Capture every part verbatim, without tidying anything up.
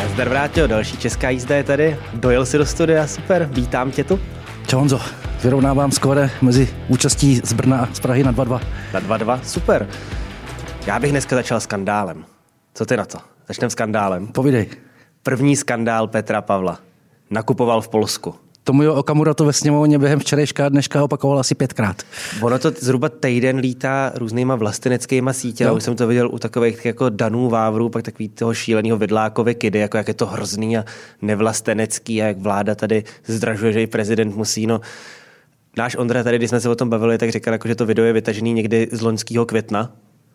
Zdar Vráťo, další česká jízda je tady. Dojel si do studia, super, vítám tě tu. Čau Honzo, vyrovnávám skóre mezi účastí z Brna a z Prahy na dva dva. Na dva dva, super. Já bych dneska začal skandálem. Co ty na to? Začneme skandálem. Povídej. První skandál Petra Pavla. Nakupoval v Polsku. Tomio Okamura to ve sněmovně během včerejška a dneška opakoval asi pětkrát. Ono to zhruba týden lítá různýma vlasteneckýma sítěma. Už jsem to viděl u takových jako Danů Vávrů, pak takový toho šíleného Vidlákovy kidy, jako jak je to hrozný a nevlastenecký a jak vláda tady zdražuje, že i prezident musí. No, náš Ondra tady, když jsme se o tom bavili, tak říkal, jako, že to video je vytažený někdy z loňského května.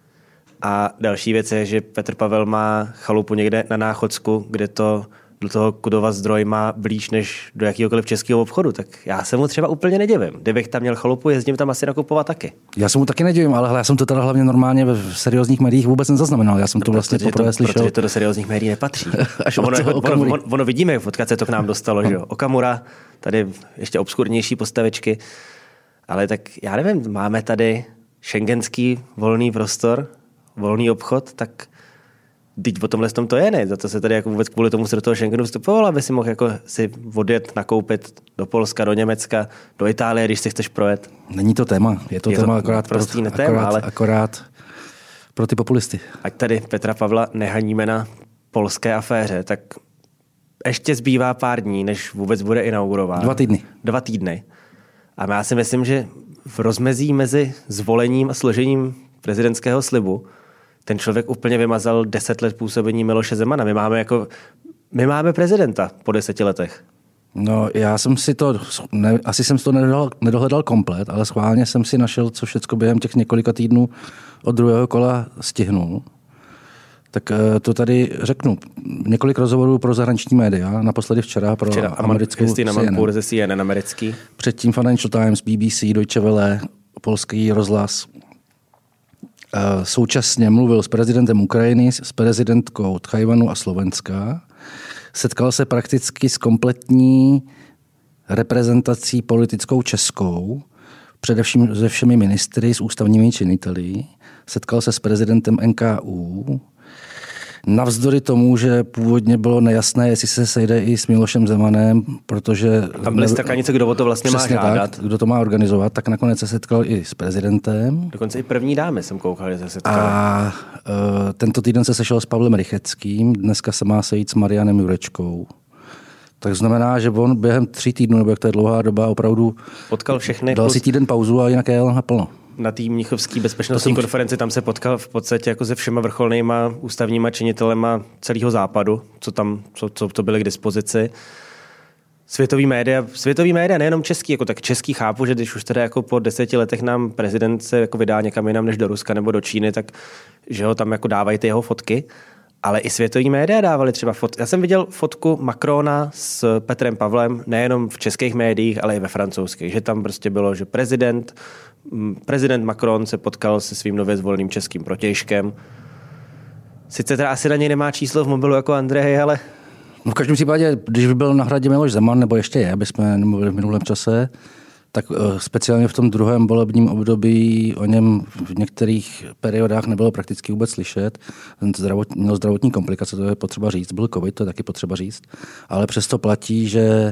A další věc je, že Petr Pavel má chalupu někde na Náchodsku, kde to do toho Kudova zdroj má blíž než do jakýhokoliv českého obchodu, tak já se mu třeba úplně nedivím. Kdybych tam měl chalupu, jezdím tam asi nakupovat taky. Já se mu taky nedivím, ale já jsem to teda hlavně normálně v seriózních médiích vůbec nezaznamenal. Já jsem to vlastně poprvé slyšel. Protože to do seriózních médií nepatří. Až ono, jako, ono, ono, ono vidíme, odkud se to k nám dostalo, že jo. Okamura, tady ještě obskurnější postavičky, ale tak já nevím, máme tady schengenský volný prostor, volný obchod, tak teď o tomhle tom to je, ne? Za to se tady jako vůbec kvůli tomu se do toho Schengenu vstupoval, aby si mohl jako si odjet, nakoupit do Polska, do Německa, do Itálie, když si chceš projet. Není to téma. Je to, je téma to akorát, prostý pro, téma, akorát, ale akorát pro ty populisty. Ať tady Petra Pavla nehaníme na polské aféře, tak ještě zbývá pár dní, než vůbec bude inaugurován. Dva týdny. Dva týdny. A já si myslím, že v rozmezí mezi zvolením a složením prezidentského slibu ten člověk úplně vymazal deset let působení Miloše Zemana. My máme jako, my máme prezidenta po deseti letech. No, já jsem si to, ne, asi jsem si to nedohledal, nedohledal komplet, ale schválně jsem si našel, co všecko během těch několika týdnů od druhého kola stihnul. Tak to tady řeknu. Několik rozhovorů pro zahraniční média, naposledy včera pro včera americkou Christina Manpour ze C N N americký. Předtím Financial Times, B B C, Deutsche Welle, polský rozhlas. Současně mluvil s prezidentem Ukrajiny, s prezidentkou Tchajvanu a Slovenska. Setkal se prakticky s kompletní reprezentací politickou českou, především se všemi ministry, s ústavními činiteli. Setkal se s prezidentem N K U. Navzdory tomu, že původně bylo nejasné, jestli se sejde i s Milošem Zemanem, protože tam byly stakanice, kdo o to vlastně má žádat. Tak, kdo to má organizovat, tak nakonec se setkal i s prezidentem. Dokonce i první dámy jsem koukal, že se setkal. A uh, tento týden se sešel s Pavlem Rycheckým, dneska se má sejít s Marianem Jurečkou. Tak znamená, že on během tří týdnů, nebo jak to je dlouhá doba, opravdu potkal všechny. Dal si týden pauzu a jinak jel naplno. Na té mnichovské bezpečnostní jsem... konferenci tam se potkal v podstatě jako se všema vrcholnýma ústavníma činitelema celého západu, co tam, co, co to byly k dispozici. Světový média, světový média, nejenom český, jako tak český chápu, že když už teda jako po deseti letech nám prezident se jako vydá někam jinam než do Ruska nebo do Číny, tak že ho tam jako dávají ty jeho fotky. Ale i světový média dávali třeba fotky. Já jsem viděl fotku Macrona s Petrem Pavlem, nejenom v českých médiích, ale i ve francouzských, že tam prostě bylo, že prezident, prezident Macron se potkal se svým nově zvoleným českým protějškem. Sice teda asi na něj nemá číslo v mobilu jako Andrej, ale... No v každém případě, když by byl na Hradě Miloš Zeman, nebo ještě je, aby jsme nemluvili v minulém čase, tak speciálně v tom druhém volebním období o něm v některých periodách nebylo prakticky vůbec slyšet. Zdravot, měl zdravotní komplikace, to je potřeba říct. Byl covid, to je taky potřeba říct. Ale přesto platí, že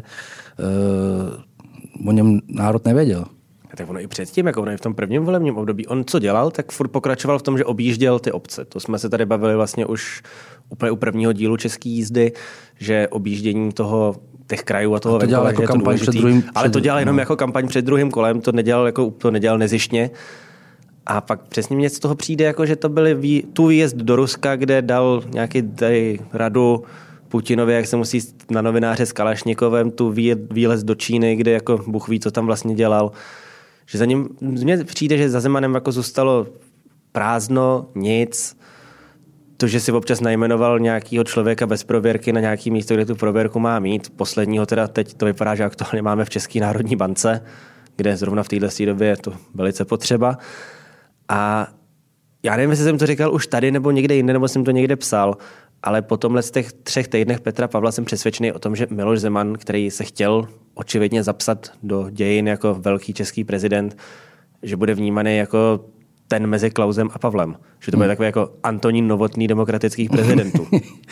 uh, o něm národ nevěděl. Tak ono i předtím, jako ono i v tom prvním volebním období, on co dělal, tak furt pokračoval v tom, že objížděl ty obce. To jsme se tady bavili vlastně už úplně u prvního dílu České jízdy, že objíždění toho těch krajů a toho a to venkova, jako je to důležitý. Před druhým, ale to dělal jenom no. jako kampaň před druhým kolem, to nedělal, jako, to nedělal nezištně. A pak přesně mě z toho přijde, jako, že to byly vý, tu výjezd do Ruska, kde dal nějaký tady radu Putinovi, jak se musí na novináře s Kalašnikovem, tu výlez do Číny, kde jako Bůh ví, co tam vlastně dělal. Že za ním, mně přijde, že za Zemanem jako zůstalo prázdno, nic. To, že si občas najmenoval nějakého člověka bez prověrky na nějaký místo, kde tu prověrku má mít. Posledního teda teď to vypadá, že aktuálně máme v České národní bance, kde zrovna v této době je to velice potřeba. A já nevím, jestli jsem to říkal už tady nebo někde jinde, nebo jsem to někde psal, ale po tomhle z těch třech týdnech Petra Pavla jsem přesvědčený o tom, že Miloš Zeman, který se chtěl očividně zapsat do dějin jako velký český prezident, že bude vnímaný jako ten mezi Klausem a Pavlem. Že to bude hmm. takový jako Antonín Novotný demokratických prezidentů.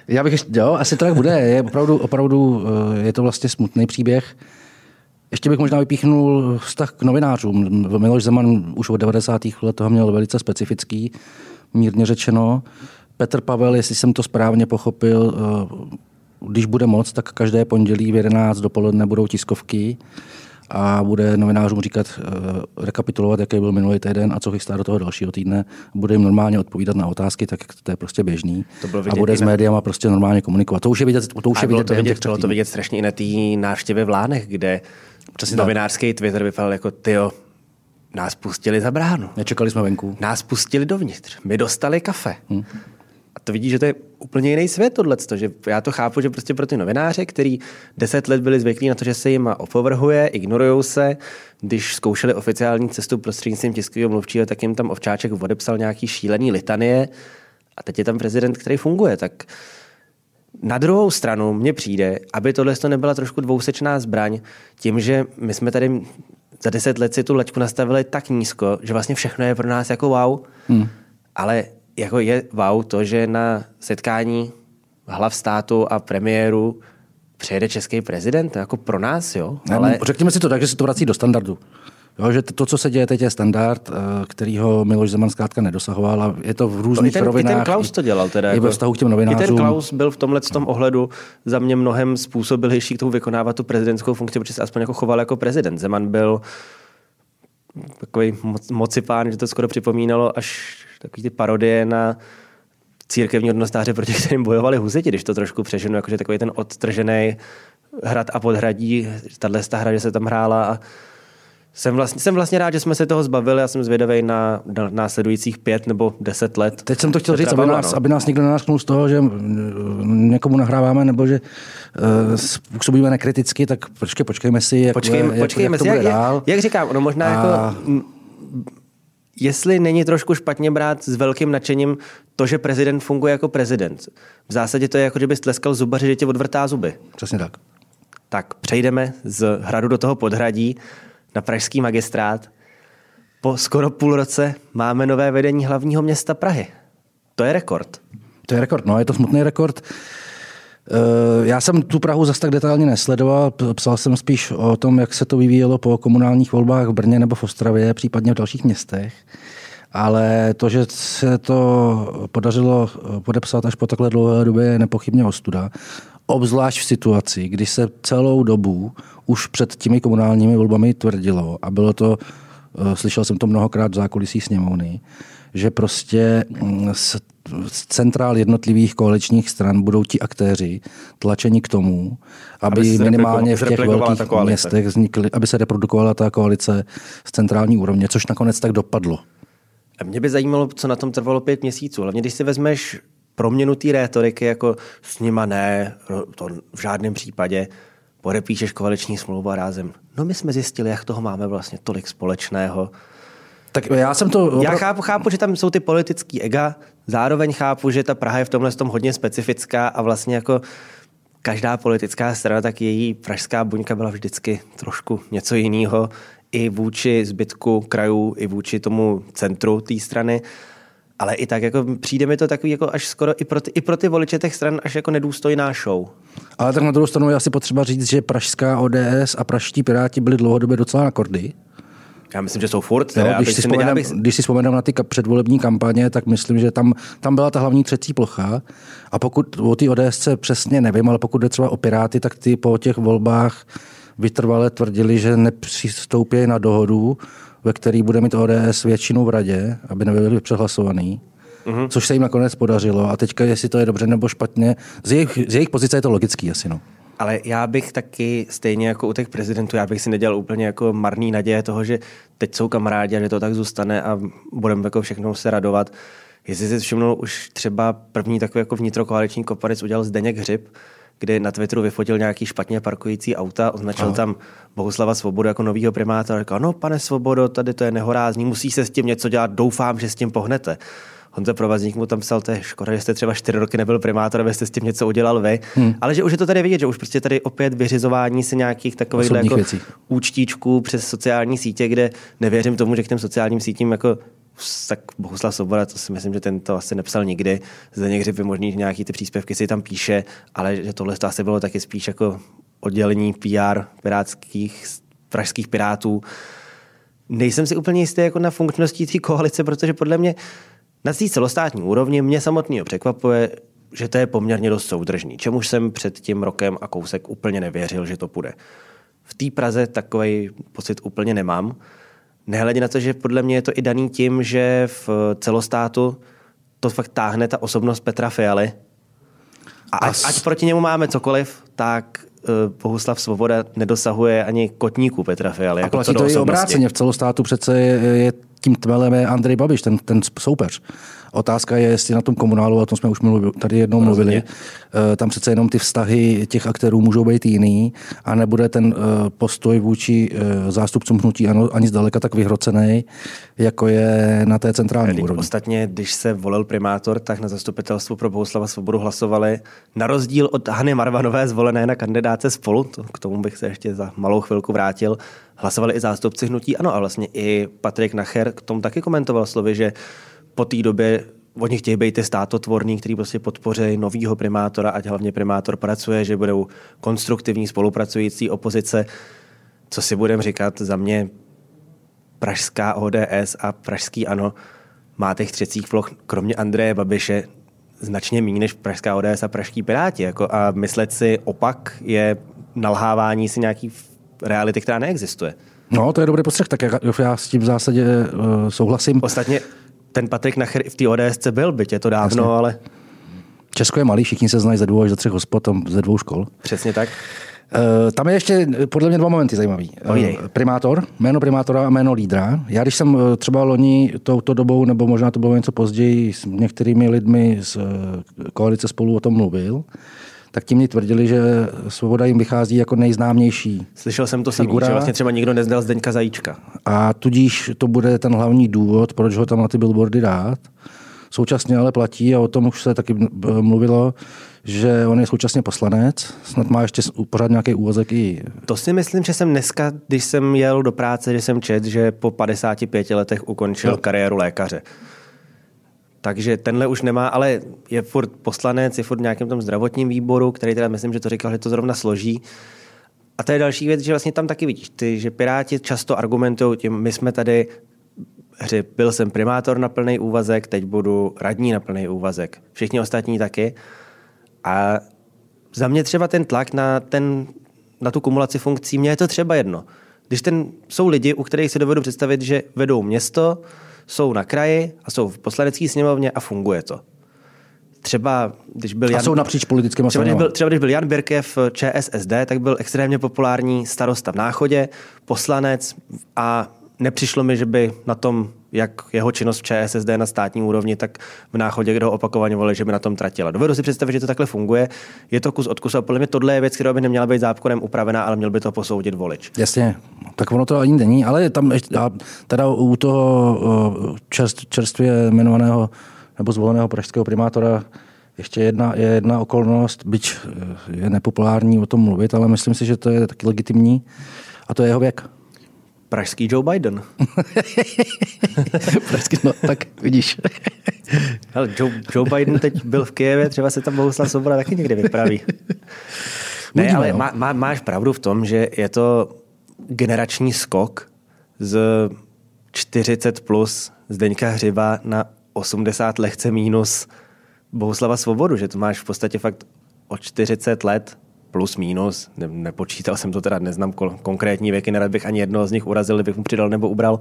Já bych, jo, asi to tak bude. Je opravdu, opravdu je to vlastně smutný příběh. Ještě bych možná vypíchnul vztah k novinářům. Miloš Zeman už od devadesátých let toho měl velice specifický, mírně řečeno. Petr Pavel, jestli jsem to správně pochopil, když bude moc, tak každé pondělí v jedenáct dopoledne budou tiskovky a bude novinářům říkat, rekapitulovat, jaký byl minulý týden a co chystá do toho dalšího týdne. Bude jim normálně odpovídat na otázky, tak to je prostě běžný. A bude s médiama prostě normálně komunikovat. To už je vidět, to už je vidět, to vidět, bylo to vidět strašně i na té návštěvě v Lánech, kde přesně novinářský Twitter vypadal jako tyjo, nás pustili za bránu. Nečekali jsme venku. Nás pustili dovnitř. My dostali kafe. Hmm. A to vidíš, že to je úplně jiný svět tohleto, že já to chápu, že prostě pro ty novináře, který deset let byli zvyklí na to, že se jim opovrhuje, ignorujou se, když zkoušeli oficiální cestu prostřednictvím tiskového mluvčího, tak jim tam Ovčáček odepsal nějaký šílený litanie a teď je tam prezident, který funguje, tak na druhou stranu mně přijde, aby tohle nebyla trošku dvousečná zbraň, tím, že my jsme tady za deset let si tu laťku nastavili tak nízko, že vlastně všechno je pro nás jako wow, hmm. ale jako je wow to, že na setkání hlav státu a premiéru přijede český prezident, jako pro nás, jo. Ale řekněme si to tak, že se to vrací do standardu. Jo, že to, co se děje teď, je standard, kterýho Miloš Zeman zkrátka nedosahoval a je to v různých ten, rovinách. I ten Klaus to dělal teda. I jako, ve vztahu k těm novinářům. I ten Klaus byl v tomhle tom ohledu za mě mnohem způsobilejší k tomu vykonávat tu prezidentskou funkci, protože se aspoň jako choval jako prezident. Zeman byl takový moc, mocipán, že to skoro připomínalo až takový ty parodie na církevní hodnostáře, proti kterým bojovali husiti, když to trošku přeženu, jakože takový ten odtržený hrad a podhradí, tahle hra, že se tam hrála a Jsem vlastně, jsem vlastně rád, že jsme se toho zbavili a jsem zvědavej na, na následujících pět nebo deset let. Teď jsem to chtěl říct, aby nás, aby nás někdo nenasknul z toho, že někomu nahráváme nebo že uh, způsobíme nekriticky, tak počkej, počkejme si, jak, Počkej, jak, počkejme jak to si, bude jak, dál. Jak říkám, no možná a... jako... Jestli není trošku špatně brát s velkým nadšením to, že prezident funguje jako prezident. V zásadě to je jako, že bys tleskal zubaři, že tě odvrtá zuby. Přesně tak. Tak přejdeme z hradu do toho podhradí na pražský magistrát. Po skoro půl roce máme nové vedení hlavního města Prahy. To je rekord. To je rekord, no, je to smutný rekord. Já jsem tu Prahu zase tak detailně nesledoval, psal jsem spíš o tom, jak se to vyvíjelo po komunálních volbách v Brně nebo v Ostravě, případně v dalších městech. Ale to, že se to podařilo podepsat až po takhle dlouhé době, je nepochybně ostuda. Obzvlášť v situaci, kdy se celou dobu už před těmi komunálními volbami tvrdilo, a bylo to, slyšel jsem to mnohokrát v zákulisí sněmovny, že prostě z centrál jednotlivých koaličních stran budou ti aktéři tlačeni k tomu, aby, aby minimálně v těch velkých městech vznikly, aby se reprodukovala ta koalice z centrální úrovně, což nakonec tak dopadlo. A mě by zajímalo, co na tom trvalo pět měsíců. Hlavně, když si vezmeš proměnu té rétoriky, jako s nima ne, to v žádném případě, podepíšeš koaliční smlouvu a rázem. No my jsme zjistili, jak toho máme vlastně tolik společného. Tak já jsem to... Já chápu, chápu, že tam jsou ty politický ega, zároveň chápu, že ta Praha je v tomhle tom hodně specifická a vlastně jako každá politická strana, tak její pražská buňka byla vždycky trošku něco jiného i vůči zbytku krajů, i vůči tomu centru té strany. Ale i tak jako přijde mi to takový jako až skoro i pro ty, i pro ty voliče těch stran až jako nedůstojná show. Ale tak na druhou stranu je asi potřeba říct, že pražská O D S a pražští Piráti byli dlouhodobě docela na kordy. Já myslím, že jsou furt. Teda, jo, když, si vzpomenem, bych... když si vzpomeneme na ty předvolební kampaně, tak myslím, že tam, tam byla ta hlavní třecí plocha. A pokud o té O D S C přesně nevím, ale pokud jde třeba o Piráty, tak ty po těch volbách vytrvale tvrdili, že nepřistoupí na dohodu, ve který bude mít O D S většinu v radě, aby nebyli přehlasovaný. Mm-hmm. Což se jim nakonec podařilo. A teďka, jestli to je dobře nebo špatně, z jejich, z jejich pozice je to logický asi, no. Ale já bych taky, stejně jako u těch prezidentů, já bych si nedělal úplně jako marný naděje toho, že teď jsou kamarádi a že to tak zůstane a budeme jako všechno se radovat. Jestli si všimnul, už třeba první takový jako vnitrokoaliční kopanec udělal Zdeněk Hřib, kdy na Twitteru vyfotil nějaký špatně parkující auta, označil Aha. tam Bohuslava Svobodu jako novýho primátora a říkal, no pane Svobodo, tady to je nehorázný, musí se s tím něco dělat, doufám, že s tím pohnete. Honza Provazník mu tam psal, to je škoda, že jste třeba čtyři roky nebyl primátor, abyste s tím něco udělal vy. Hmm. Ale že už je to tady vidět, že už prostě tady opět vyřizování si nějakých takových jako účtíčků přes sociální sítě, kde nevěřím tomu, že k těm sociálním sítím jako tak Bohuslav Svoboda, to si myslím, že ten to asi nepsal nikdy. Zdeněk Hřib možný nějaký ty příspěvky si tam píše, ale že tohle to asi bylo taky spíš jako oddělení P R pirátských, pražských pirátů. Nejsem si úplně jistý jako na funkčností té koalice, protože podle mě na té celostátní úrovni mě samotného překvapuje, že to je poměrně dost soudržný, čemuž jsem před tím rokem a kousek úplně nevěřil, že to půjde. V té Praze takový pocit úplně nemám. Nehledě na to, že podle mě je to i daný tím, že v celostátu to fakt táhne ta osobnost Petra Fialy. A ať, ať proti němu máme cokoliv, tak Bohuslav Svoboda nedosahuje ani kotníků Petra Fialy. A jako platí to i obráceně. V celostátu přece je, je tím tmelem je Andrej Babiš, ten, ten soupeř. Otázka je, jestli na tom komunálu, o tom jsme už mluvili, tady jednou Rozumně. mluvili, tam přece jenom ty vztahy těch aktérů můžou být jiný a nebude ten postoj vůči zástupcům hnutí ANO ani zdaleka tak vyhrocený, jako je na té centrální úrovni. Ostatně, když se volil primátor, tak na zastupitelstvu pro Bohuslava Svobodu hlasovali na rozdíl od Hany Marvanové zvolené na kandidáce Spolu, to, k tomu bych se ještě za malou chvilku vrátil, hlasovali i zástupci hnutí ANO a vlastně i Patrik Nacher k tomu taky komentoval slovy, že po té době oni chtějí být ty státotvorní, který prostě podpoří novýho primátora, ať hlavně primátor pracuje, že budou konstruktivní spolupracující opozice. Co si budeme říkat, za mě pražská O D S a pražský ANO má těch třecích ploch, kromě Andreje Babiše, značně méně než pražská O D S a pražský Piráti. Jako, a myslet si opak je nalhávání si nějaký reality, která neexistuje. No, to je dobrý postřeh, tak já s tím v zásadě uh, souhlasím. Ostatně ten Patrik Nacher v té O D S byl, byť je to dávno, Jasně. ale... Česko je malý, všichni se znají ze dvou až ze třech hospod, tam ze dvou škol. Přesně tak. Uh, tam je ještě podle mě dva momenty zajímavý. Uh, primátor, jméno primátora a jméno lídra. Já když jsem uh, třeba loni touto dobou, nebo možná to bylo něco později, s některými lidmi z uh, koalice Spolu o tom mluvil, tak ti mi tvrdili, že Svoboda jim vychází jako nejznámější. Slyšel jsem to samý, že vlastně třeba nikdo neznal Zdeňka Zajíčka. A tudíž to bude ten hlavní důvod, proč ho tam na ty billboardy dát. Současně ale platí, a o tom už se taky mluvilo, že on je současně poslanec, snad má ještě pořád nějaký úvazek i... To si myslím, že jsem dneska, když jsem jel do práce, že jsem čet, že po padesáti pěti letech ukončil no. kariéru lékaře. Takže tenhle už nemá, ale je furt poslanec, je furt v nějakém tom zdravotním výboru, který teda myslím, že to říkal, že to zrovna složí. A to je další věc, že vlastně tam taky vidíš, ty, že Piráti často argumentují tím, my jsme tady, Hřib, byl jsem primátor na plný úvazek, teď budu radní na plný úvazek. Všichni ostatní taky. A za mě třeba ten tlak na, ten, na tu kumulaci funkcí, mně je to třeba jedno. Když ten, jsou lidi, u kterých si dovedu představit, že vedou město, jsou na kraji a jsou v poslanecké sněmovně a funguje to. Třeba když byl Jan, a jsou napříč politickým třeba, když byl, třeba když byl Jan Birke v Č S S D, tak byl extrémně populární starosta v Náchodě, poslanec a nepřišlo mi, že by na tom, jak jeho činnost v Č S S D na státní úrovni, tak v Náchodě, kde ho opakovaně volili, že by na tom tratila. Dovedu si představit, že to takhle funguje. Je to kus od kusu a podle mě tohle je věc, která by neměla být zákonem upravená, ale měl by to posoudit volič. Jasně, tak ono to ani není, ale tam ještě, teda u toho čerst, čerstvě jmenovaného nebo zvoleného pražského primátora ještě jedna, je jedna okolnost, byť je nepopulární o tom mluvit, ale myslím si, že to je taky legitimní, a to je jeho věk. Pražský Joe Biden. Pražský, no tak vidíš. Hele, Joe, Joe Biden teď byl v Kyjevě, třeba se tam Bohuslav Svoboda taky někdy vypraví. Ne, Budíme, ale má, má, máš pravdu v tom, že je to generační skok z čtyřicet plus Zdeňka Hřiba na osmdesát lehce mínus Bohuslava Svobodu, že to máš v podstatě fakt o čtyřicet let plus mínus, ne, nepočítal jsem to teda, neznám konkrétní věky, nerad bych ani jednoho z nich urazil, bych mu přidal nebo ubral,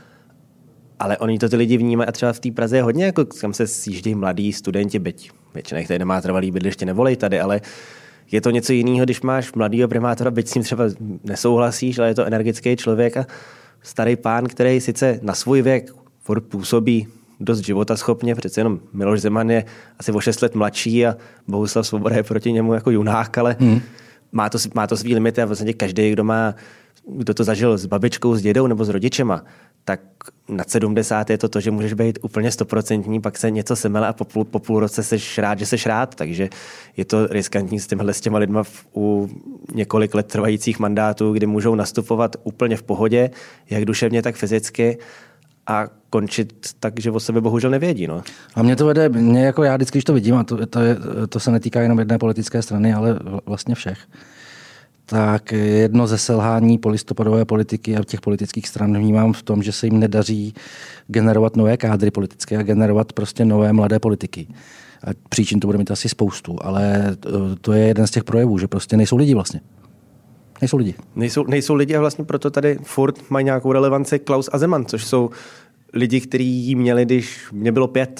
ale oni to ty lidi vnímají a třeba v té Praze je hodně, jako kam se sjíždějí mladí studenti, byť většina jich tady nemá trvalý bydliště, nevolej tady, ale je to něco jiného, když máš mladýho primátora, byť s ním třeba nesouhlasíš, ale je to energický člověk a starý pán, který sice na svůj věk furt působí dost životaschopně, přece jenom Miloš Zeman je asi o šest let mladší a Bohuslav Svoboda je proti němu jako junák, ale hmm. má to, má to svý limity a vlastně každý, kdo má, kdo to zažil s babičkou, s dědou nebo s rodičema, tak nad sedmdesát je to to, že můžeš být úplně stoprocentní, pak se něco semele a po půl, po půl roce seš rád, že seš rád, takže je to riskantní s těmhle s těma lidma v, u několik let trvajících mandátů, kdy můžou nastupovat úplně v pohodě, jak duševně, tak fyzicky, a končit tak, že o sebe bohužel nevědí. No. A mě to vede, mě jako já vždycky, když to vidím, a to, to, je, to se netýká jenom jedné politické strany, ale vlastně všech, tak jedno ze selhání polistopadové politiky a těch politických stran vnímám v tom, že se jim nedaří generovat nové kádry politické a generovat prostě nové mladé politiky. A příčin to bude mít asi spoustu, ale to, to je jeden z těch projevů, že prostě nejsou lidi vlastně. Nejsou lidi. Nejsou, nejsou lidi a vlastně proto tady furt mají nějakou relevanci Klaus a Zeman, což jsou lidi, kteří jí měli, když mě bylo pět.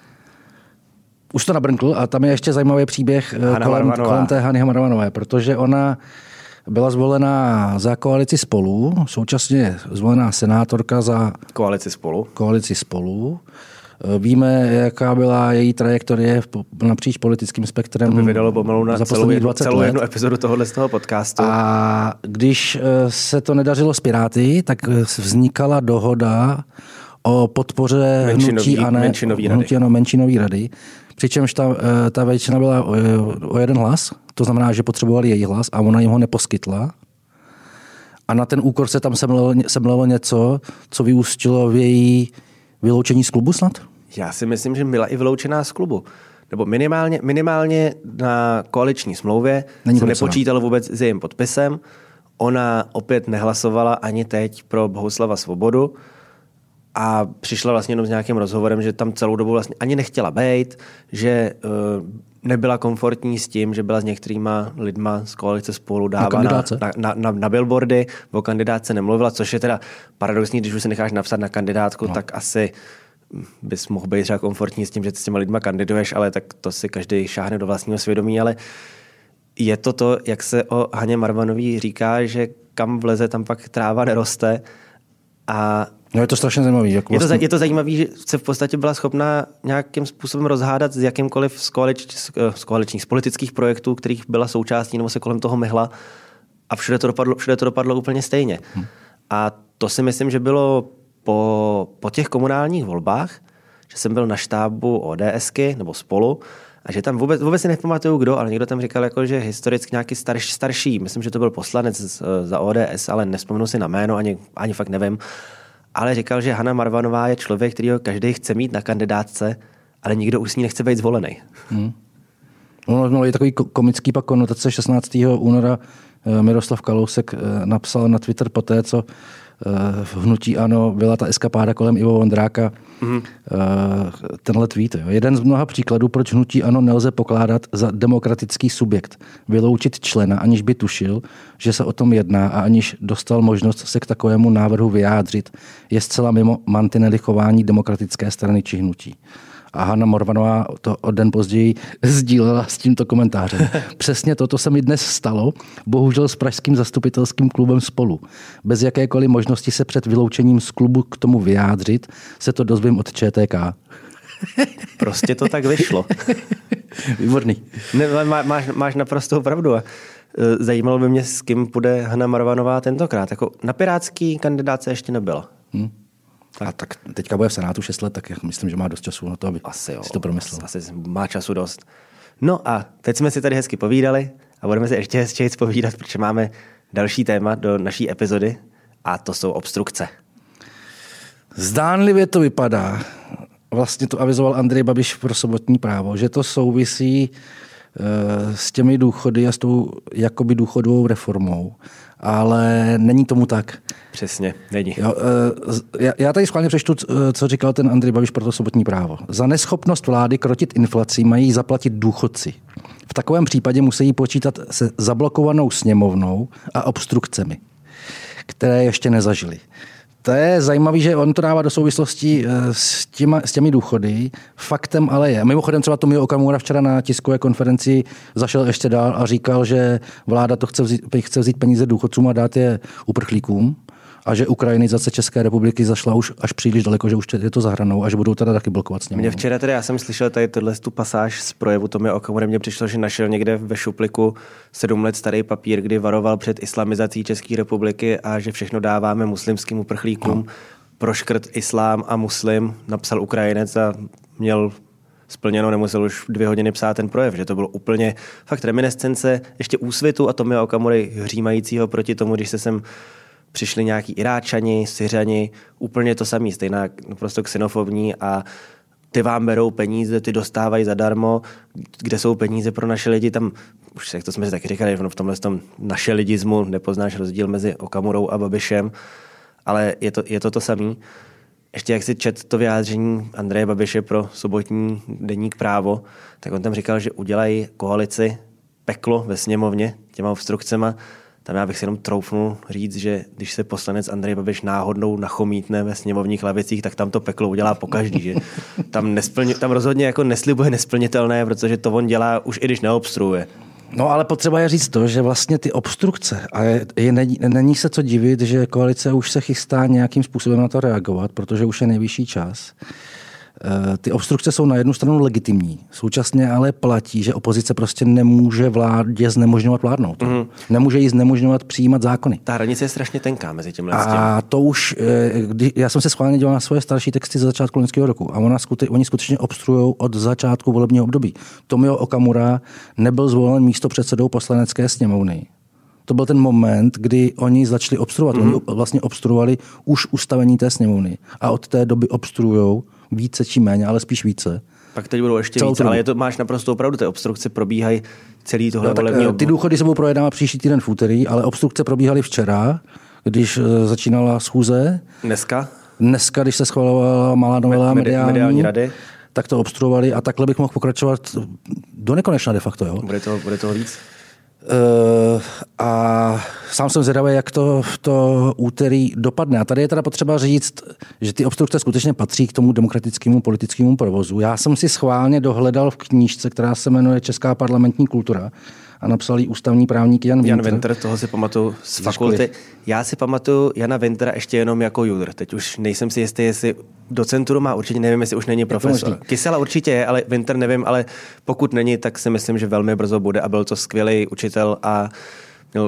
Už to nabrnkl a tam je ještě zajímavý příběh kolem, kolem té Hany Marvanové, protože ona byla zvolená za koalici Spolu, současně zvolená senátorka za koalici Spolu. Koalici Spolu. Víme, jaká byla její trajektorie napříč politickým spektrem. To by vydalo pomalu na za celou, jednu, celou jednu epizodu tohohle z toho podcastu. A když se to nedařilo s Piráty, tak vznikala dohoda o podpoře hnutí a ne hnutí ano, menšinový rady. Přičemž ta, ta většina byla o, o jeden hlas, to znamená, že potřebovali její hlas a ona jim ho neposkytla. A na ten úkor se tam semlelo, semlelo něco, co vyústilo v její vyloučení z klubu snad? Já si myslím, že byla i vyloučená z klubu. Nebo minimálně, minimálně na koaliční smlouvě Není se nepočítalo vůbec s jejím podpisem. Ona opět nehlasovala ani teď pro Bohuslava Svobodu a přišla vlastně jenom s nějakým rozhovorem, že tam celou dobu vlastně ani nechtěla bejt, že uh, nebyla komfortní s tím, že byla s některýma lidma z koalice Spolu dávána na, na, na, na billboardy, o kandidátce nemluvila, což je teda paradoxní, když už se necháš napsat na kandidátku, no. tak asi bys mohl být třeba komfortní s tím, že s těma lidma kandiduješ, ale tak to si každý šáhne do vlastního svědomí, ale je to to, jak se o Haně Marvanové říká, že kam vleze, tam pak tráva neroste a no je to strašně zajímavý. Jak vlastně... je, to, je to zajímavé, že se v podstatě byla schopná nějakým způsobem rozhádat s jakýmkoliv z, koalič, z koaličních, z politických projektů, kterých byla součástí nebo se kolem toho myhla a všude to dopadlo, všude to dopadlo úplně stejně. Hmm. A to si myslím, že bylo po, po těch komunálních volbách, že jsem byl na štábu ODSky nebo Spolu a že tam vůbec, vůbec si nepamatuju kdo, ale někdo tam říkal, jako, že historicky nějaký starš, starší, myslím, že to byl poslanec z, za O D S, ale nespomenu si na jméno, ani, ani fakt nevím, ale říkal, že Hana Marvanová je člověk, kterýho každý chce mít na kandidátce, ale nikdo už s ní nechce být zvolený. Hmm. No, je takový komický pak konotace. šestnáctého února Miroslav Kalousek napsal na Twitter poté, co v hnutí ANO byla ta eskapáda kolem Ivo Vondráka, mm-hmm. tenhle tweet. Jo. Jeden z mnoha příkladů, proč hnutí ANO nelze pokládat za demokratický subjekt. Vyloučit člena, aniž by tušil, že se o tom jedná a aniž dostal možnost se k takovému návrhu vyjádřit, je zcela mimo mantinely chování demokratické strany či hnutí. A Hana Marvanová to o den později sdílela s tímto komentářem. Přesně toto se mi dnes stalo, bohužel s pražským zastupitelským klubem Spolu. Bez jakékoliv možnosti se před vyloučením z klubu k tomu vyjádřit, se to dozvím od ČTK. Prostě to tak vyšlo. Výborný. Ne, má, máš, máš naprostou pravdu. A zajímalo by mě, s kým bude Hana Marvanová tentokrát. Jako na pirátský kandidáce ještě nebyla. Hmm. A tak teďka bude v Senátu šest let, tak já myslím, že má dost času na to, aby asi jo, si to promyslel. Asi má času dost. No a teď jsme si tady hezky povídali a budeme si ještě hezčeji povídat, protože máme další téma do naší epizody a to jsou obstrukce. Zdánlivě to vypadá, vlastně to avizoval Andrej Babiš pro Sobotní Právo, že to souvisí e, s těmi důchody a s tou jakoby důchodovou reformou. Ale není tomu tak. Přesně, není. Jo, já tady schválně přečtu, co říkal ten Andrej Babiš pro to Sobotní Právo. Za neschopnost vlády krotit inflaci mají zaplatit důchodci. V takovém případě musí počítat se zablokovanou sněmovnou a obstrukcemi, které ještě nezažili. To je zajímavé, že on to dává do souvislosti s, těma, s těmi důchody. Faktem ale je. Mimochodem třeba Tomio Okamura včera na tiskové konferenci zašel ještě dál a říkal, že vláda to chce vzít, chce vzít peníze důchodcům a dát je uprchlíkům a že ukrajinizace České republiky zašla už až příliš daleko, že už je to za hranou a že budou teda taky blokovat s ním. Mě včera tedy, já jsem slyšel tady tohle tu pasáž z projevu Tomia Okamury, mně přišlo, že našel někde ve šupliku sedm let starý papír, kdy varoval před islamizací České republiky a že všechno dáváme muslimským uprchlíkům. No. Pro škrt islám a muslim napsal Ukrajinec a měl splněno, nemusel už dvě hodiny psát ten projev, že to bylo úplně fakt reminiscence ještě Úsvitu a Tomia Okamury hřímajícího proti tomu, když se sem přišli nějaký Iráčani, Syřani, úplně to samý, stejná naprosto xenofobní a ty vám berou peníze, ty dostávají zadarmo, kde jsou peníze pro naše lidi, tam, už jak to jsme si taky říkali, v tomhle tom naše lidismu nepoznáš rozdíl mezi Okamurou a Babišem, ale je to je to, to samý. Ještě jak si čet to vyjádření Andreje Babiše pro sobotní deník Právo, tak on tam říkal, že udělají koalici peklo ve sněmovně těma obstrukcema. Tam já bych si jenom troufnul říct, že když se poslanec Andrej Babiš náhodnou nachomítne ve sněmovních lavicích, tak tam to peklo udělá pokaždý. Že? Tam, nesplň, tam rozhodně jako neslibuje nesplnitelné, protože to on dělá už i když neobstruuje. No ale potřeba je říct to, že vlastně ty obstrukce, a je, je, není, není se co divit, že koalice už se chystá nějakým způsobem na to reagovat, protože už je nejvyšší čas. Ty obstrukce jsou na jednu stranu legitimní. Současně ale platí, že opozice prostě nemůže vládě znemožňovat vládnout. Mm. Nemůže jí znemožňovat přijímat zákony. Ta hranice je strašně tenká mezi těmhle. A to už, kdy, já jsem se schválně dělal na svoje starší texty za začátku loňského roku a ona skute, oni skutečně obstruují od začátku volebního období. Tomio Okamura nebyl zvolen místopředsedou poslanecké sněmovny. To byl ten moment, kdy oni začali obstruovat. Mm. Oni vlastně obstruovali už ustavení té sněmovny a od té doby obstruujou více či méně, ale spíš více. Pak teď budou ještě více, ale je to, máš naprosto pravdu, ty obstrukce probíhají celý tohle no, volební období. Ty důchody se budou projednávat příští týden v úterý, ale obstrukce probíhaly včera, když začínala schůze. Dneska? Dneska, když se schvalovala malá novela mediální, mediální rady. Tak to obstruovali a takhle bych mohl pokračovat do nekonečna de facto. Jo? Bude toho, bude toho víc? Uh, a sám jsem zvědavý, jak to v to úterý dopadne. A tady je teda potřeba říct, že ty obstrukce skutečně patří k tomu demokratickému politickému provozu. Já jsem si schválně dohledal v knížce, která se jmenuje Česká parlamentní kultura a napsal ji ústavní právník Jan Wintr. Jan Wintr, toho si pamatuju z fakulty. Já si pamatuju Jana Wintra ještě jenom jako judr. Teď už nejsem si jistý, jestli docenturu má, určitě nevím, jestli už není profesor. Kysela určitě je, ale Wintr nevím, ale pokud není, tak si myslím, že velmi brzo bude a byl to skvělý učitel a měl,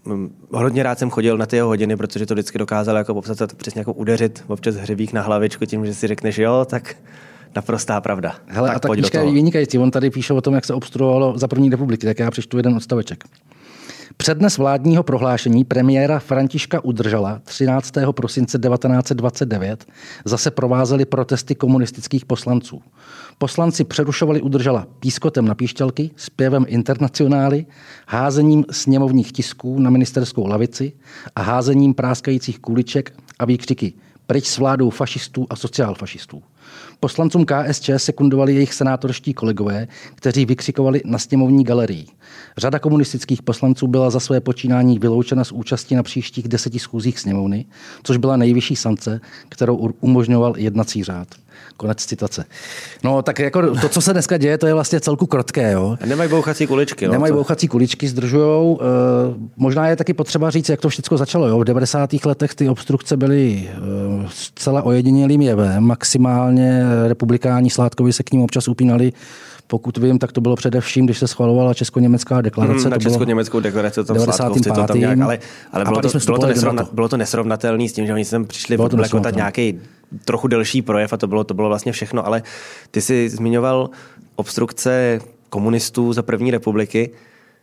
hodně rád jsem chodil na ty jeho hodiny, protože to vždycky dokázal jako popsat, přesně jako udeřit občas hřebík na hlavičku tím, že si řekneš jo, tak naprostá pravda. Hele, tak a ta knížka je vynikající. On tady píše o tom, jak se obstruovalo za první republiky, tak já přečtu jeden odstaveček. Přednes vládního prohlášení premiéra Františka Udržala třináctého prosince devatenáct set dvacet devět zase provázely protesty komunistických poslanců. Poslanci přerušovali Udržala pískotem na píšťalky, zpěvem Internacionály, házením sněmovních tisků na ministerskou lavici a házením práskajících kuliček a výkřiky pryč s vládou fašistů a sociálfašistů. Poslancům K S Č sekundovali jejich senátorští kolegové, kteří vykřikovali na sněmovní galerii. Řada komunistických poslanců byla za své počínání vyloučena z účasti na příštích deseti schůzích sněmovny, což byla nejvyšší sankce, kterou umožňoval jednací řád. Konec citace. No tak jako to, co se dneska děje, to je vlastně celku krotké. Jo? Nemají bouchací kuličky. No, Nemají bouchací kuličky, zdržujou. E, možná je taky potřeba říct, jak to všechno začalo. Jo? V devadesátých letech ty obstrukce byly e, zcela ojedinělým jevem. Maximálně republikáni Sládkovi se k ním občas upínali. Pokud vím, tak to bylo především, když se schvalovala česko-německá deklarace. Hmm, na česko-německou deklaraci tam Sládkovci to tam nějak, ale, ale bylo, to, bylo, to nesrovna, bylo to nesrovnatelné s tím, že oni sem přišli odblekotat nějaký trochu delší projev a to bylo, to bylo vlastně všechno, ale ty jsi zmiňoval obstrukce komunistů za první republiky,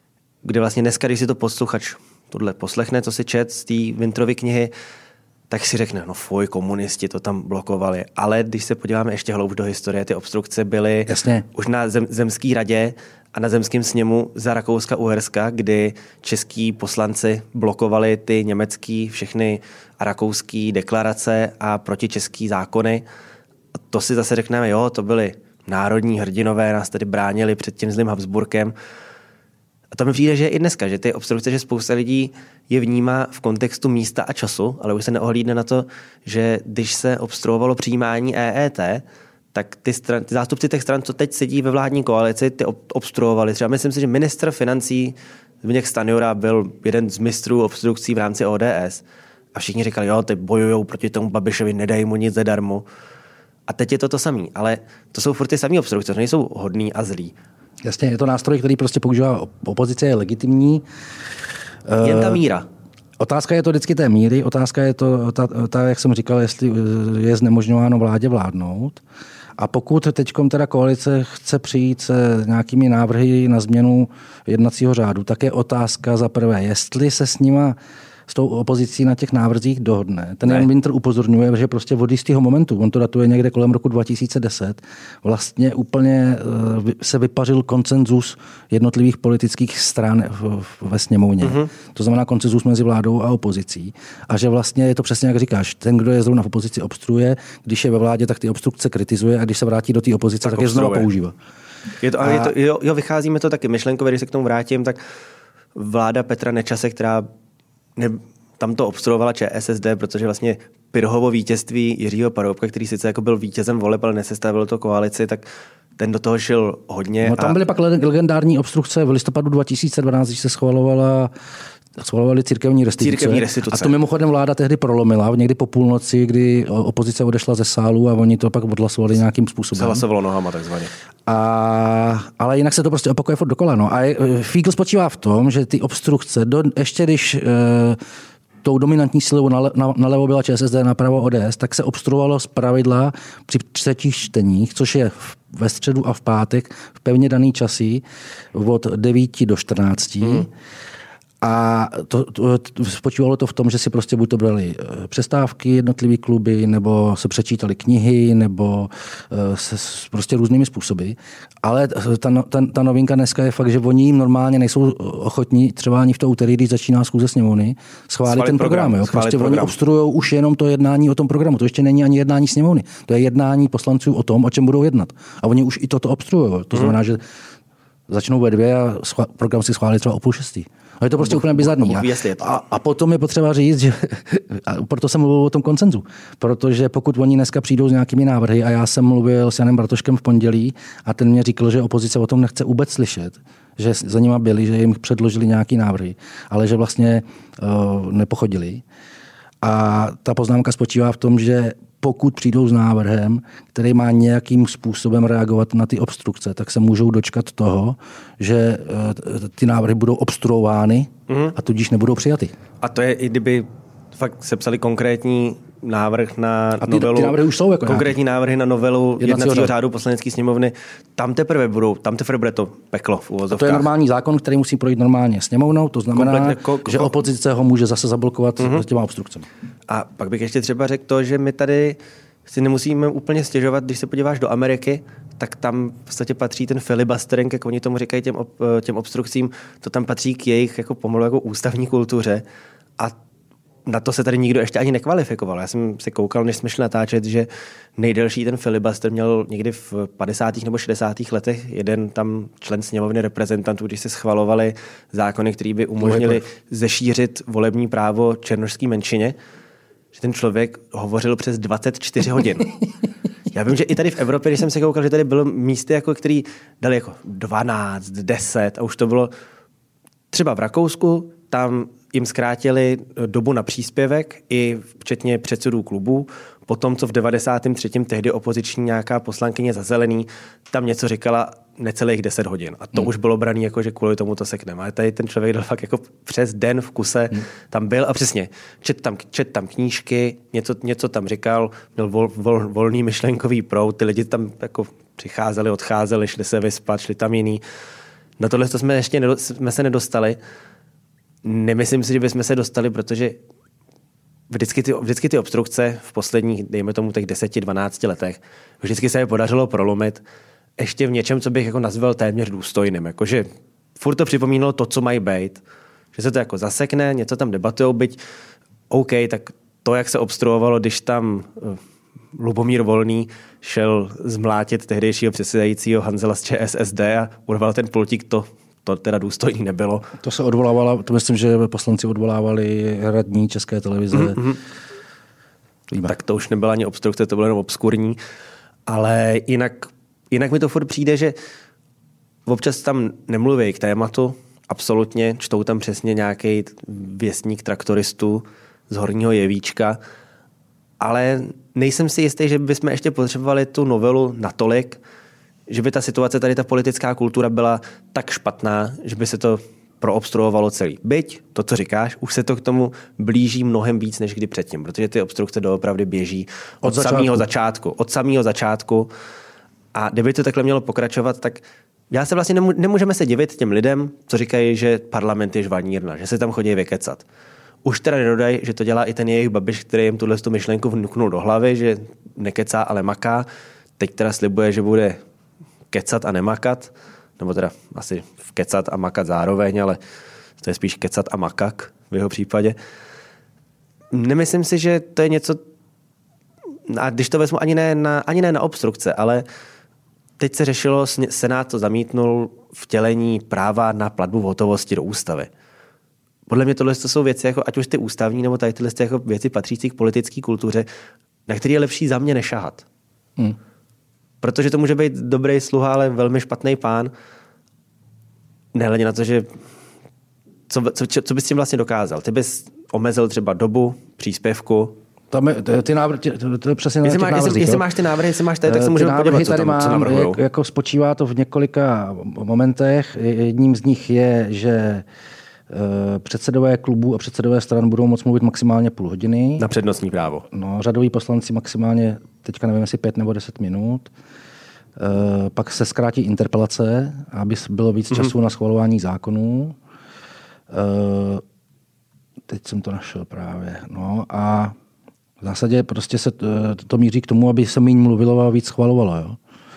kde vlastně dneska, když si to posluchač tohle poslechne, co si čet z té Wintrovy knihy, tak si řekne, no fuj, komunisti to tam blokovali. Ale když se podíváme ještě hloubš do historie, ty obstrukce byly Jasně. už na zem, zemský radě a na zemském sněmu za Rakouska-Uherska, kdy český poslanci blokovali ty německý všechny a rakouský deklarace a protičeský zákony. A to si zase řekneme, jo, to byli národní hrdinové, nás tedy bránili před tím zlým Habsburkem. A to mi přijde, že i dneska, že ty obstrukce, že spousta lidí je vnímá v kontextu místa a času, ale už se neohlídne na to, že když se obstruovalo přijímání E E T, tak ty, stran, ty zástupci těch stran, co teď sedí ve vládní koalici, ty obstruovali. Třeba myslím si, že ministr financí Zbyněk Stanjura byl jeden z mistrů obstrukcí v rámci O D S a všichni říkali, jo, ty bojujou proti tomu Babišovi, nedají mu nic zadarmo. A teď je to to samý, ale to jsou furt ty samý obstrukce, to nejsou hodný a zlý. Jasně, je to nástroj, který prostě používá opozice, je legitimní. Jen ta míra. Otázka je to vždycky té míry, otázka je to, ta, ta, jak jsem říkal, jestli je znemožňováno vládě vládnout. A pokud teďkom teda koalice chce přijít se nějakými návrhy na změnu jednacího řádu, tak je otázka za prvé, jestli se s nima s tou opozicí na těch návrzích dohodne. Ten Jan Wintr upozorňuje, že prostě od jistého momentu, on to datuje někde kolem roku dva tisíce deset, vlastně úplně se vypařil konsenzus jednotlivých politických stran ve sněmovně. Mm-hmm. To znamená konsenzus mezi vládou a opozicí. A že vlastně je to přesně jak říkáš, ten, kdo je zrovna v opozici, obstruuje, když je ve vládě, tak ty obstrukce kritizuje a když se vrátí do té opozice, tak, tak je znovu používá. Je to, a... je to, jo, jo, vycházíme to taky myšlenkově, když se k tomu vrátím, tak vláda Petra Nečase, která ne, tam to obstruovala ČSSD, protože vlastně Pirhovo vítězství Jiřího Paroubka, který sice jako byl vítězem voleb, ale nesestavil to koalici, tak ten do toho šel hodně. No tam byly a... pak legendární obstrukce v listopadu dva tisíce dvanáct, když se schvalovala schvalovali církevní restituce. církevní restituce. A to mimochodem vláda tehdy prolomila, někdy po půlnoci, kdy opozice odešla ze sálu a oni to pak odhlasovali nějakým způsobem. Se hlasovalo nohama takzvaně. A, ale jinak se to prostě opakuje furt dokola. No. A fígl spočívá v tom, že ty obstrukce, do, ještě když e, tou dominantní silou nale, na, nalevo byla ČSSD, napravo O D S, tak se obstruovalo z pravidla při třetích čteních, což je ve středu a v pátek v pevně daný časy od devíti do čtrnácti. Hmm. A to, to, to, spočívalo to v tom, že si prostě buď to brali přestávky jednotlivý kluby, nebo se přečítali knihy, nebo se prostě různými způsoby. Ale ta, ta, ta novinka dneska je fakt, že oni jim normálně nejsou ochotní, třeba ani v to úterý, když začíná schůze sněmovny, schválit, schválit ten program. program jo? Prostě program. Oni obstruují už jenom to jednání o tom programu. To ještě není ani jednání sněmovny. To je jednání poslanců o tom, o čem budou jednat. A oni už i toto obstruují. To znamená, hmm. že začnou ve dvě a schvál, program si schválí třeba o půl šestý. A je to prostě úplně bizarní. A, a potom je potřeba říct, že a proto jsem mluvil o tom konsenzu. Protože pokud oni dneska přijdou s nějakými návrhy, a já jsem mluvil s Janem Bartoškem v pondělí a ten mě říkal, že opozice o tom nechce vůbec slyšet, že za nima byli, že jim předložili nějaký návrhy, ale že vlastně uh, nepochodili. A ta poznámka spočívá v tom, že pokud přijdou s návrhem, který má nějakým způsobem reagovat na ty obstrukce, tak se můžou dočkat toho, že ty návrhy budou obstruovány mm. a tudíž nebudou přijaty. A to je, i kdyby fakt sepsali konkrétní návrh na a ty, novelu, ty návrhy už jsou jako konkrétní nějaký. návrhy na novelu jednacího řádu Poslanecké sněmovny, tam teprve budou, tam teprve bude to peklo v uvozovkách. A to je normální zákon, který musí projít normálně sněmovnou, to znamená, ko, ko, že opozice ho může zase zablokovat mm-hmm. těma obstrukcemi. A pak bych ještě třeba řekl to, že my tady si nemusíme úplně stěžovat, když se podíváš do Ameriky, tak tam v podstatě patří ten filibustering, jak oni tomu říkají těm, ob, těm obstrukcím, to tam patří k jejich jako pomalu jako ústavní kultuře a na to se tady nikdo ještě ani nekvalifikoval. Já jsem si koukal, než jsme šli natáčet, že nejdelší ten filibuster měl někdy v padesátých nebo šedesátých letech jeden tam člen sněmovny reprezentantů, když se schvalovali zákony, které by umožnili zešířit volební právo černošské menšině, že ten člověk hovořil přes dvacet čtyři hodin. Já vím, že i tady v Evropě, když jsem se koukal, že tady bylo místy, jako, který dali jako dvanáct, deset a už to bylo třeba v Rakousku, tam jim zkrátili dobu na příspěvek i včetně předsedů klubů. Potom, co v devadesátém třetím tehdy opoziční nějaká poslankyně za Zelený tam něco říkala necelých deset hodin. A to hmm. už bylo braný jako, že kvůli tomu to sekneme. Ale tady ten člověk dal fakt jako přes den v kuse hmm. tam byl a přesně čet tam, čet tam knížky, něco, něco tam říkal, měl vol, vol, volný myšlenkový proud, ty lidi tam jako přicházeli, odcházeli, šli se vyspat, šli tam jiný. Na tohle to jsme ještě nedo, jsme se nedostali. Nemyslím si, že bychom se dostali, protože vždycky ty, vždycky ty obstrukce v posledních, dejme tomu těch deseti dvanácti letech, vždycky se je podařilo prolomit ještě v něčem, co bych jako nazval téměř důstojným. Jakože furt to připomínalo to, co mají být. Že se to jako zasekne, něco tam debatujou, byť OK, tak to, jak se obstruovalo, když tam Lubomír Volný šel zmlátit tehdejšího předsedajícího Hanzela z ČSSD a urval ten pultík, to to teda důstojný nebylo. To se odvolávala, to myslím, že poslanci odvolávali radní České televize. Mm-hmm. Tak to už nebyla ani obstrukce, to bylo jenom obskurní. Ale jinak, jinak mi to furt přijde, že občas tam nemluví k tématu, absolutně, čtou tam přesně nějaký věstník traktoristů z Horního Jevíčka, ale nejsem si jistý, že bychom ještě potřebovali tu novelu natolik, že by ta situace, tady ta politická kultura byla tak špatná, že by se to proobstruovalo celý. Byť, to, co říkáš, už se to k tomu blíží mnohem víc, než kdy předtím, protože ty obstrukce doopravdy běží od, od začátku. samého začátku. Od samého začátku. A kdyby to takhle mělo pokračovat, tak já se vlastně nemů- nemůžeme se divit těm lidem, co říkají, že parlament je žvanírna, že se tam chodí vykecat. Už teda nedodají, že to dělá i ten jejich Babiš, který jim tuhle myšlenku vnuknul do hlavy, že nekecá, ale maká. Teď teda slibuje, že bude kecat a nemakat, nebo teda asi kecat a makat zároveň, ale to je spíš kecat a makak v jeho případě. Nemyslím si, že to je něco, a když to vezmu ani ne na, ani ne na obstrukce, ale teď se řešilo, Senát to zamítnul vtělení práva na platbu v hotovosti do ústavy. Podle mě tohle jsou věci, jako, ať už ty ústavní, nebo tady tyhle jako věci patřící k politické kultuře, na který je lepší za mě nešahat. Hmm. Protože to může být dobrý sluha, ale velmi špatný pán. Nehledě na to, že co, co, co bys tím vlastně dokázal? Ty bys omezil třeba dobu příspěvku. Tam je, ty návrhy, to, to je přesně na těch má, návrzích. Jestli, jestli máš ty návrhy, jestli máš tady, tak se můžeme podívat, co, tam, co navrhujou. Jak, jako spočívá to v několika momentech. Jedním z nich je, že předsedové klubů a předsedové stran budou moct mluvit maximálně půl hodiny. Na přednostní právo. No, řadoví poslanci maximálně, teďka nevím, jestli pět nebo deset minut. E, pak se zkrátí interpelace, aby bylo víc času mm-hmm. na schvalování zákonů. E, teď jsem to našel právě. No a v zásadě prostě se to, to míří k tomu, aby se méně mluvilo a víc schvalovalo. Jo?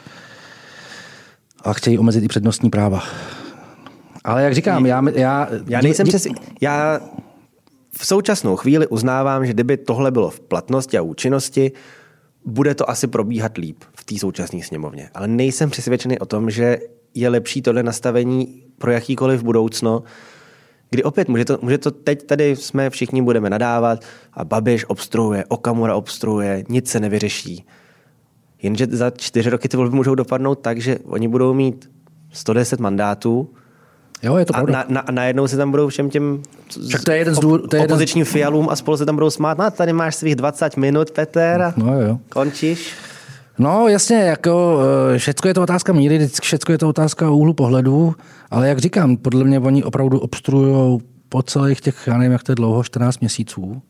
A chtějí omezit i přednostní práva. Ale jak říkám, já... Já, já nejsem přes... Já v současnou chvíli uznávám, že kdyby tohle bylo v platnosti a účinnosti, bude to asi probíhat líp v té současné sněmovně. Ale nejsem přesvědčený o tom, že je lepší tohle nastavení pro jakýkoliv budoucno, kdy opět může to, může to teď tady jsme všichni budeme nadávat a Babiš obstruuje, Okamura obstruuje, nic se nevyřeší. Jenže za čtyři roky ty volby můžou dopadnout tak, že oni budou mít sto deset mandátů. Jo, je to a na, na, najednou se tam budou všem těm to je jeden z důvod, to je opozičním jeden... fialům a spolu se tam budou smát. No, tady máš svých dvacet minut, Petr, a no, jo. končíš. No jasně, jako všecko je to otázka míry, všecko je to otázka úhlu pohledu, ale jak říkám, podle mě oni opravdu obstruujou po celých těch, já nevím, jak to je dlouho, čtrnáct měsíců.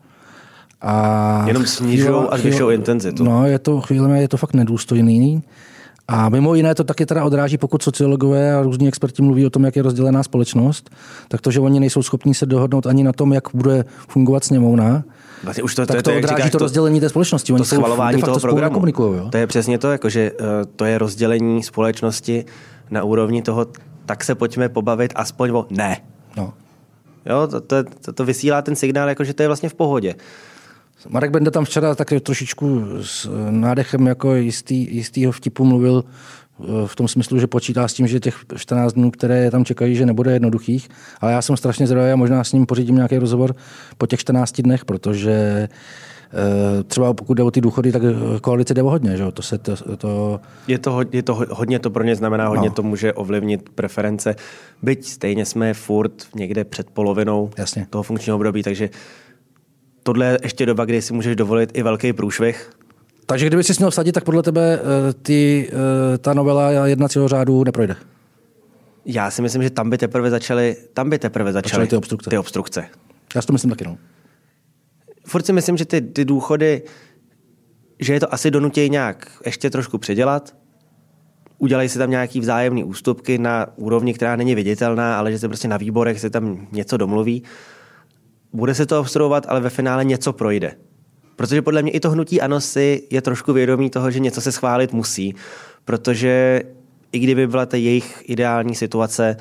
A jenom snižují a zvyšují intenzitu. No, je to chvíli, je to fakt nedůstojný. A mimo jiné to taky teda odráží, pokud sociologové a různí experti mluví o tom, jak je rozdělená společnost, tak to, že oni nejsou schopni se dohodnout ani na tom, jak bude fungovat sněmovna, vlastně už to, tak to, to, to odráží říkáš, to rozdělení té společnosti. Oni to schvalování toho programu. Jo? To je přesně to, jako, že uh, to je rozdělení společnosti na úrovni toho, tak se pojďme pobavit aspoň o ne. No. Jo, to, to, to, to vysílá ten signál, jako, že to je vlastně v pohodě. Marek Benda tam včera tak trošičku s nádechem jako jistý, jistýho vtipu mluvil v tom smyslu, že počítá s tím, že těch čtrnáct dnů, které tam čekají, že nebude jednoduchých, ale já jsem strašně zvědavý a možná s ním pořídím nějaký rozhovor po těch čtrnácti dnech, protože třeba pokud jde o ty důchody, tak koalice jde o hodně. Že? To se to, to... Je, to, je to hodně, to pro ně znamená hodně, no. To může ovlivnit preference, byť stejně jsme furt někde před polovinou Jasně. toho funkčního období, takže tohle je ještě doba, kdy si můžeš dovolit i velký průšvih. Takže kdyby si měl vsadit, tak podle tebe ty, ta novela jednacího řádu neprojde? Já si myslím, že tam by teprve začaly, tam by teprve začaly ty obstrukce. ty obstrukce. Já si to myslím taky, no. Furt si myslím, že ty, ty důchody, že je to asi donutějí nějak ještě trošku předělat. Udělají si tam nějaký vzájemný ústupky na úrovni, která není viditelná, ale že se prostě na výborech se tam něco domluví. Bude se to obstruovat, ale ve finále něco projde. Protože podle mě i to hnutí ANO si je trošku vědomí toho, že něco se schválit musí, protože i kdyby byla ta jejich ideální situace,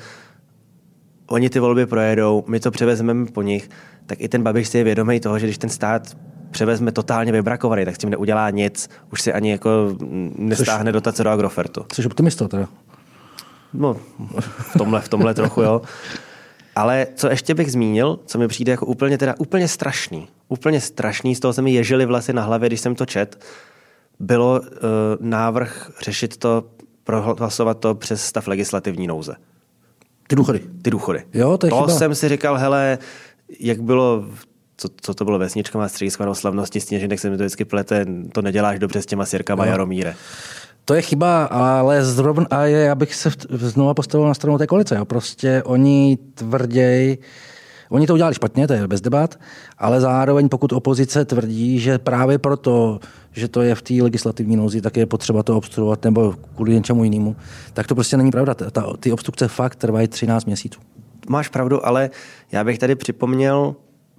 oni ty volby projedou, my to převezmeme po nich, tak i ten Babiš si je vědomý toho, že když ten stát převezme totálně vybrakovaný, tak s tím neudělá nic, už si ani jako nestáhne Což, dotace do Agrofertu. Jsi optimista teda? No, v tomhle, v tomhle trochu, jo. Ale co ještě bych zmínil, co mi přijde jako úplně, teda, úplně strašný, úplně strašný, z toho se mi ježily vlasy na hlavě, když jsem to čet, bylo uh, návrh řešit to, prohlasovat to přes stav legislativní nouze. Ty důchody. Ty důchody. Jo, to je to chyba. jsem si říkal, hele, jak bylo, co, co to bylo vesničkama, střediskama slavnosti Sněženek, se mi to vždycky plete, to neděláš dobře s těma Sirkama no. Jaromíre. To je chyba, ale zrovna, a je, abych se znovu postavil na stranu té koalice. Jo. Prostě oni tvrději, oni to udělali špatně, to je bez debat, ale zároveň pokud opozice tvrdí, že právě proto, že to je v té legislativní nouzi, tak je potřeba to obstruovat nebo kvůli něčemu jinému, tak to prostě není pravda. Ta, ty obstrukce fakt trvají třináct měsíců. Máš pravdu, ale já bych tady připomněl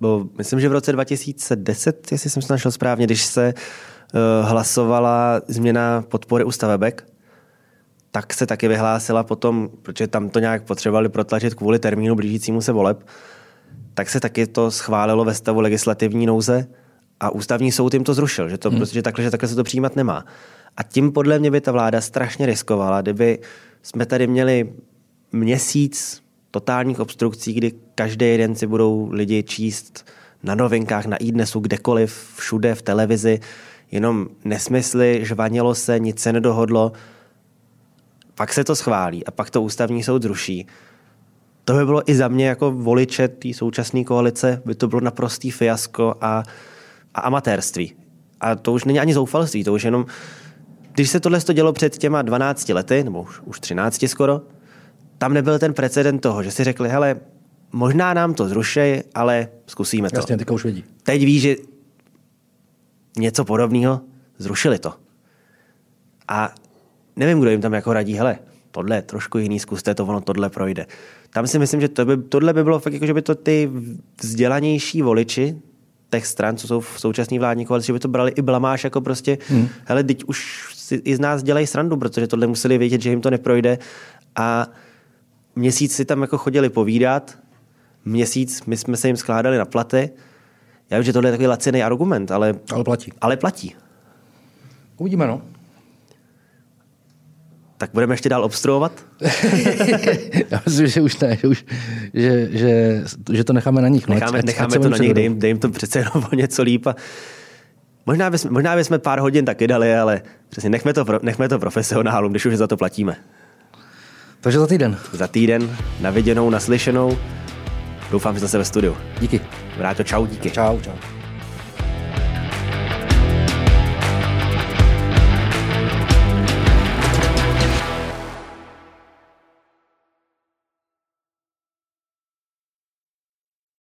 Bo, myslím, že v roce dva tisíce deset, jestli jsem se našel správně, když se uh, hlasovala změna podpory u stavebek, tak se taky vyhlásila potom, protože tam to nějak potřebovali protlačit kvůli termínu blížícímu se voleb, tak se taky to schválilo ve stavu legislativní nouze a ústavní soud jim to zrušil, že to hmm. prostě takhle, že takhle se to přijímat nemá. A tím podle mě by ta vláda strašně riskovala, kdyby jsme tady měli měsíc totálních obstrukcí, kdy každý den si budou lidi číst na novinkách, na iDnesu, kdekoliv, všude, v televizi, jenom nesmysly, žvanělo se, nic se nedohodlo, pak se to schválí a pak to ústavní soud zruší. To by bylo i za mě jako voliče té současné koalice, by to bylo naprostý fiasko a, a amatérství. A to už není ani zoufalství, to už jenom, když se tohle dělo před těma dvanácti lety, nebo už, už třinácti skoro, tam nebyl ten precedent toho, že si řekli, hele, možná nám to zrušej, ale zkusíme to. Jasně, teďka už vědí. Teď ví, že něco podobného zrušili to. A nevím, kdo jim tam jako radí, hele, tohle je trošku jiný, zkuste to, ono tohle projde. Tam si myslím, že to by, tohle by bylo fakt jako, že by to ty vzdělanější voliči těch stran, co jsou v současné vládní koalici, že by to brali i blamáš jako prostě, hmm. hele, teď už si i z nás dělají srandu, protože tohle museli vědět, že jim to neprojde a měsíc si tam jako chodili povídat, měsíc my jsme se jim skládali na platy. Já vím, že tohle je takový laciný argument, ale, ale platí. Ale platí. Uvidíme, no. Tak budeme ještě dál obstruovat? Já myslím, že už ne, že, už, že, že, že to necháme na nich. No, necháme ať, necháme ať to na nich, dej jim, dej jim to přece jenom o něco líp. A možná, bychom, možná bychom pár hodin taky dali, ale přesně nechme to, nechme to profesionálům, když už za to platíme. Takže za týden. Za týden, na viděnou, naslyšenou. Doufám, že zase ve studiu. Díky. Vráťo, čau, díky. Čau, čau.